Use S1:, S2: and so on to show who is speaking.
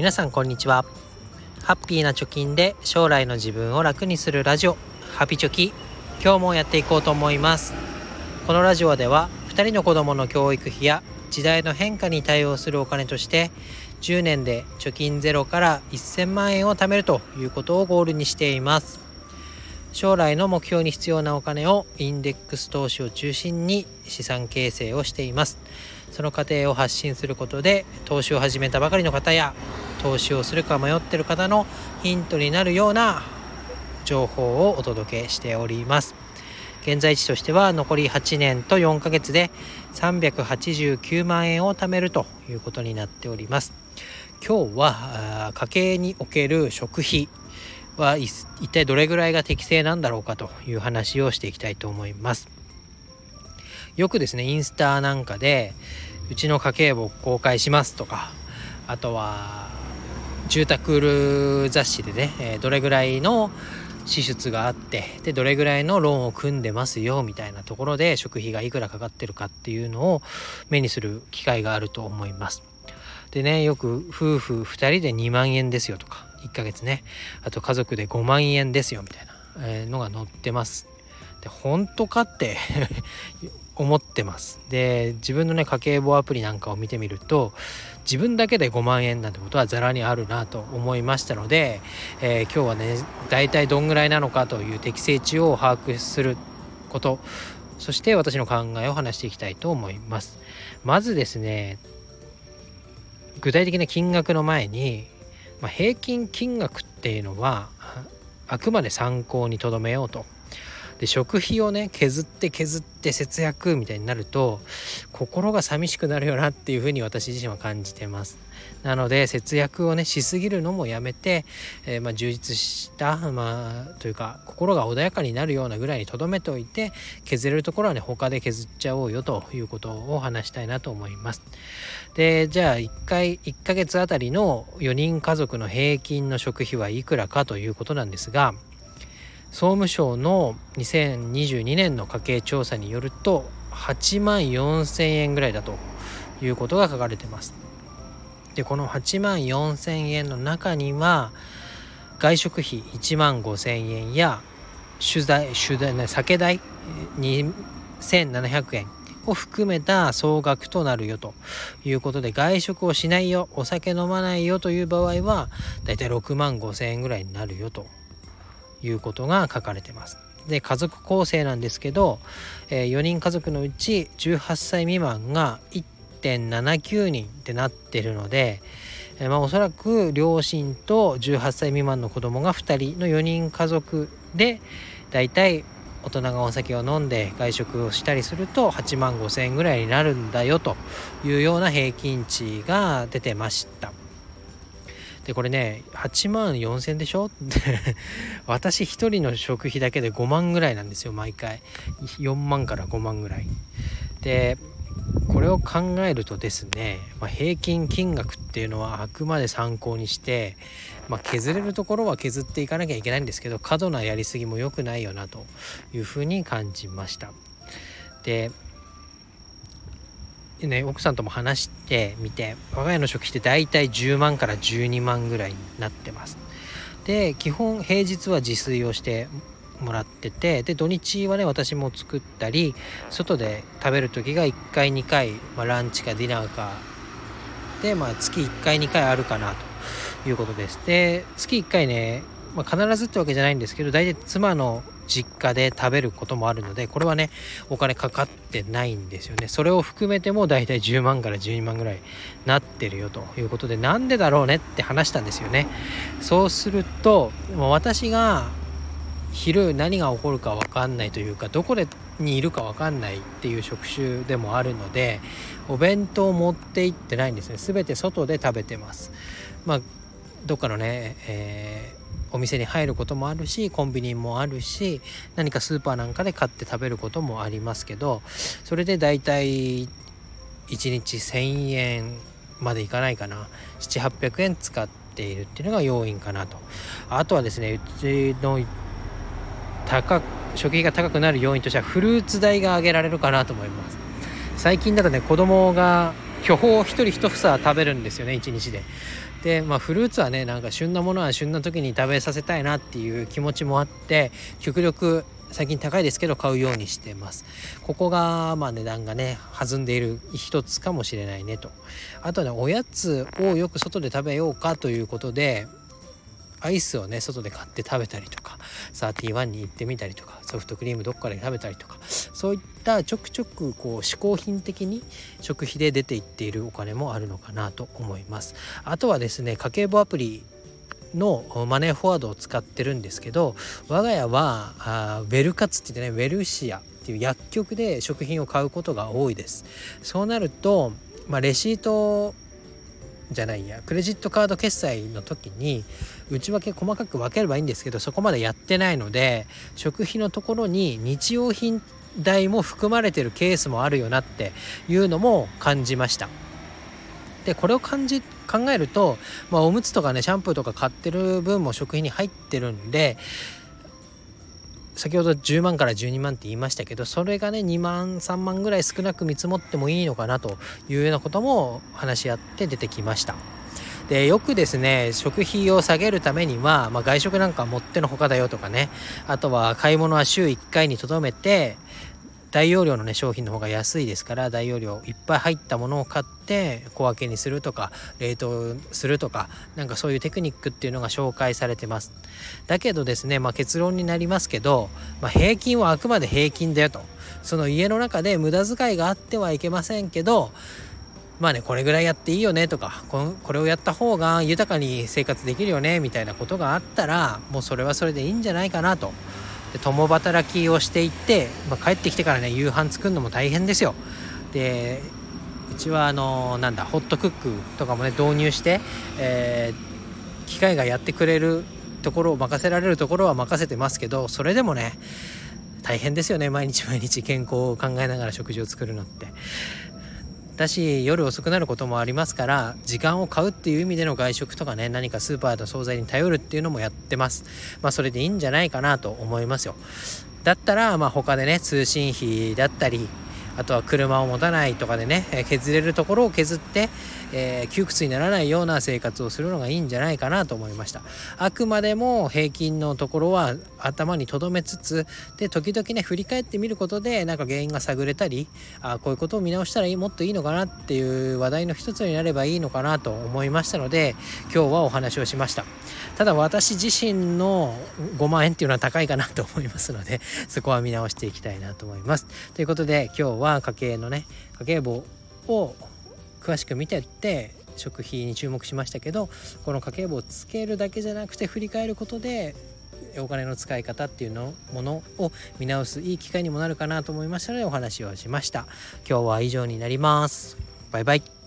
S1: 皆さんこんにちは。ハッピーな貯金で将来の自分を楽にするラジオ、ハピチョキ、今日もやっていこうと思います。このラジオでは2人の子供の教育費や時代の変化に対応するお金として10年で貯金ゼロから1000万円を貯めるということをゴールにしています。将来の目標に必要なお金をインデックス投資を中心に資産形成をしています。その過程を発信することで投資を始めたばかりの方や投資をするか迷っている方のヒントになるような情報をお届けしております。現在地としては残り8年と4ヶ月で389万円を貯めるということになっております。今日は家計における食費は一体どれぐらいが適正なんだろうかという話をしていきたいと思います。よくですね、インスタなんかでうちの家計簿を公開しますとか、あとは住宅雑誌でね、どれぐらいの支出があってでどれぐらいのローンを組んでますよみたいなところで食費がいくらかかってるかっていうのを目にする機会があると思います。でね、よく夫婦2人で2万円ですよとか1ヶ月ね、あと家族で5万円ですよみたいなのが載ってます。で本当かって思ってます。で自分のね家計簿アプリなんかを見てみると自分だけで5万円なんてことはざらにあるなと思いましたので、今日はねだいたいどんぐらいなのかという適正値を把握すること、そして私の考えを話していきたいと思います。まずですね、具体的な金額の前に、平均金額っていうのはあくまで参考にとどめようと。で食費をね削って節約みたいになると心が寂しくなるよなっていうふうに私自身は感じてます。なので節約をねしすぎるのもやめて、充実した、というか心が穏やかになるようなぐらいにとどめておいて、削れるところはね他で削っちゃおうよということを話したいなと思います。でじゃあ1ヶ月あたりの4人家族の平均の食費はいくらかということなんですが、総務省の2022年の家計調査によると8万4000円ぐらいだということが書かれています。でこの8万4000円の中には外食費1万5000円や酒代2700円を含めた総額となるよということで、外食をしないよ、お酒飲まないよという場合はだいたい6万5000円ぐらいになるよということが書かれています。で家族構成なんですけど、4人家族のうち18歳未満が 1.79 人ってなっているので、おそらく両親と18歳未満の子供が2人の4人家族でだいたい大人がお酒を飲んで外食をしたりすると8万5000円ぐらいになるんだよというような平均値が出てました。でこれね8万4000でしょ私一人の食費だけで5万ぐらいなんですよ。毎回4万から5万ぐらいで、これを考えるとですね、平均金額っていうのはあくまで参考にして、削れるところは削っていかなきゃいけないんですけど、過度なやりすぎも良くないよなというふうに感じました。で奥さんとも話してみて、我が家の食費ってだいたい10万から12万ぐらいになってます。で基本平日は自炊をしてもらってて、で土日はね私も作ったり外で食べる時が1回2回、ランチかディナーかで、月1回2回あるかなということです。で月1回ね、必ずってわけじゃないんですけど、大体妻の実家で食べることもあるので、これはねお金かかってないんですよね。それを含めてもだいたい10万から12万ぐらいなってるよということで、なんでだろうねって話したんですよね。そうすると私が昼何が起こるか分かんないというか、どこにいるか分かんないっていう職種でもあるので、お弁当を持って行ってないんですね。全て外で食べてます。どっかのね、お店に入ることもあるし、コンビニもあるし、何かスーパーなんかで買って食べることもありますけど、それでだいたい1日1000円までいかないかな、700-800円使っているっていうのが要因かなと。あとはですね、うちの食費が高くなる要因としてはフルーツ代が上げられるかなと思います。最近だとね子供が巨峰を一人一房食べるんですよね、1日で。 でフルーツはねなんか旬なものは旬な時に食べさせたいなっていう気持ちもあって、極力最近高いですけど買うようにしてます。ここが値段がね弾んでいる一つかもしれないねと。あとね、おやつをよく外で食べようかということで、アイスをね外で買って食べたりとか、31に行ってみたりとか、ソフトクリームどっかで食べたりとか、そういったちょくちょく嗜好品的に食費で出ていっているお金もあるのかなと思います。あとはですね、家計簿アプリのマネーフォワードを使ってるんですけど、我が家はウェルカツって言ってね、ウェルシアっていう薬局で食品を買うことが多いです。そうなると、レシートじゃないやクレジットカード決済の時に内訳細かく分ければいいんですけど、そこまでやってないので、食費のところに日用品代も含まれてるケースもあるよなっていうのも感じました。でこれを考えると、おむつとかねシャンプーとか買ってる分も食費に入ってるんで、先ほど10万から12万って言いましたけど、それがね2万3万ぐらい少なく見積もってもいいのかなというようなことも話し合って出てきました。でよくですね、食費を下げるためには、外食なんかもってのほかだよとかね、あとは買い物は週1回にとどめて、大容量のね商品の方が安いですから、大容量いっぱい入ったものを買って小分けにするとか冷凍するとか、なんかそういうテクニックっていうのが紹介されてます。だけどですね、結論になりますけど、平均はあくまで平均だよと。その家の中で無駄遣いがあってはいけませんけど、これぐらいやっていいよねとか、これをやった方が豊かに生活できるよねみたいなことがあったら、もうそれはそれでいいんじゃないかなと。で共働きをしていって、帰ってきてからね夕飯作るのも大変ですよ。でうちはホットクックとかもね導入して、機械がやってくれるところを任せられるところは任せてますけど、それでもね大変ですよね。毎日健康を考えながら食事を作るのってだし、夜遅くなることもありますから、時間を買うっていう意味での外食とかね、何かスーパーの惣菜に頼るっていうのもやってます。それでいいんじゃないかなと思いますよ。だったら他でね通信費だったり、あとは車を持たないとかでね削れるところを削って、窮屈にならないような生活をするのがいいんじゃないかなと思いました。あくまでも平均のところは頭に留めつつ、で時々ね振り返ってみることでなんか原因が探れたり、こういうことを見直したらもっといいのかなっていう話題の一つになればいいのかなと思いましたので、今日はお話をしました。ただ私自身の5万円っていうのは高いかなと思いますので、そこは見直していきたいなと思います。ということで今日は家計簿を詳しく見てって食費に注目しましたけど、この家計簿をつけるだけじゃなくて振り返ることでお金の使い方っていうものを見直すいい機会にもなるかなと思いましたのでお話をしました。今日は以上になります。バイバイ。